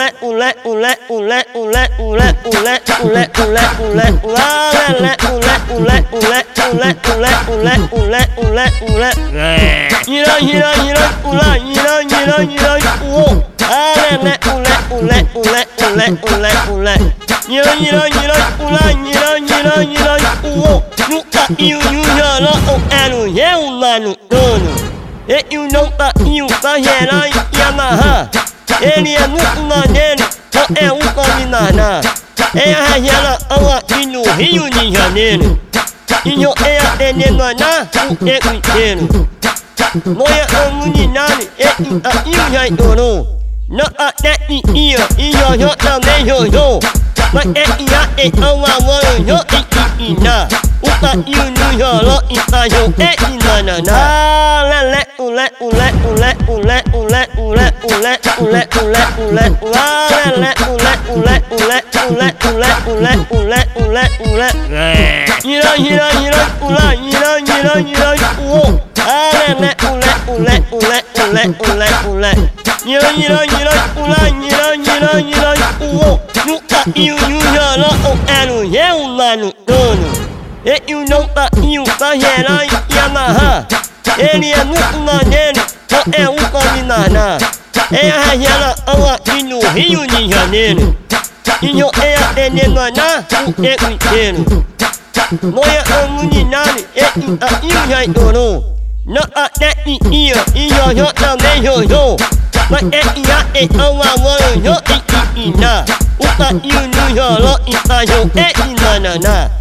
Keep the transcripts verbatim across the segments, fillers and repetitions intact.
ulé, ulé, ulé, ulé, ulé, ulé, ulé, ulé, ulé, ulé, ulá, lé, ulé, ulé, ulé, ulé, ulé, ulé, ulé, ulé, ulé, Yiroi, yiroi, yiroi, ulá, yiroi, yiroi, yiroi, uô, ah, lé, ulé, ulé, ulé, ulé, ulé, ulé, yiroi, yiroi, yiroi, ulá, yiroi, yiroi, yiroi, uô, nunca iu, iu, yoró, ou era o eu lá no dono. E o não tá iu pra gerar e amarrar. Ele é muito maneiro, só é um caminhar. É a geração aqui no Rio de Janeiro. E eu é atender nós o tempo inteiro. Moia a muninari, e tá iu já estourou. Não até que ia, e Jojo também Jojo. Mas é que a questão agora eu e Ina. O tá iu no joró e tá jo é que nananá. Lelé, ulé, ulé, ulé, ulé, ulé, ulé, ulé, ulé, ulé, ulé, ulá, lelé, ulé, ulé, ulé, ulé, ulé, ulé, ulé, ulé, ulé, Yiroi, yiroi, yiroi, ulá, yiroi, yiroi, yiroi, uô, ah, lelé, ulé, ulé, ulé, ulé, ulé, ulé, Yiroi, yiroi, yiroi, ulá, yiroi, yiroi, yiroi, uô, nunca iu, iu, joró, ou era o eu lá no dono. E o não tá iu pra gerar e amarrar. Ele é muito maneiro, só é um caminhar. É a geração aqui no Rio de Janeiro. E eu é atender nós o tempo inteiro. Moia a muninari, e tá iu já estourou. Não até que ia, e Jojo também Jojo. Mas é que a questão agora eu e que Ina. O tá iu no joró e tá jo é que nananá.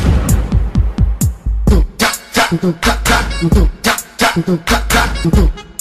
Thank you.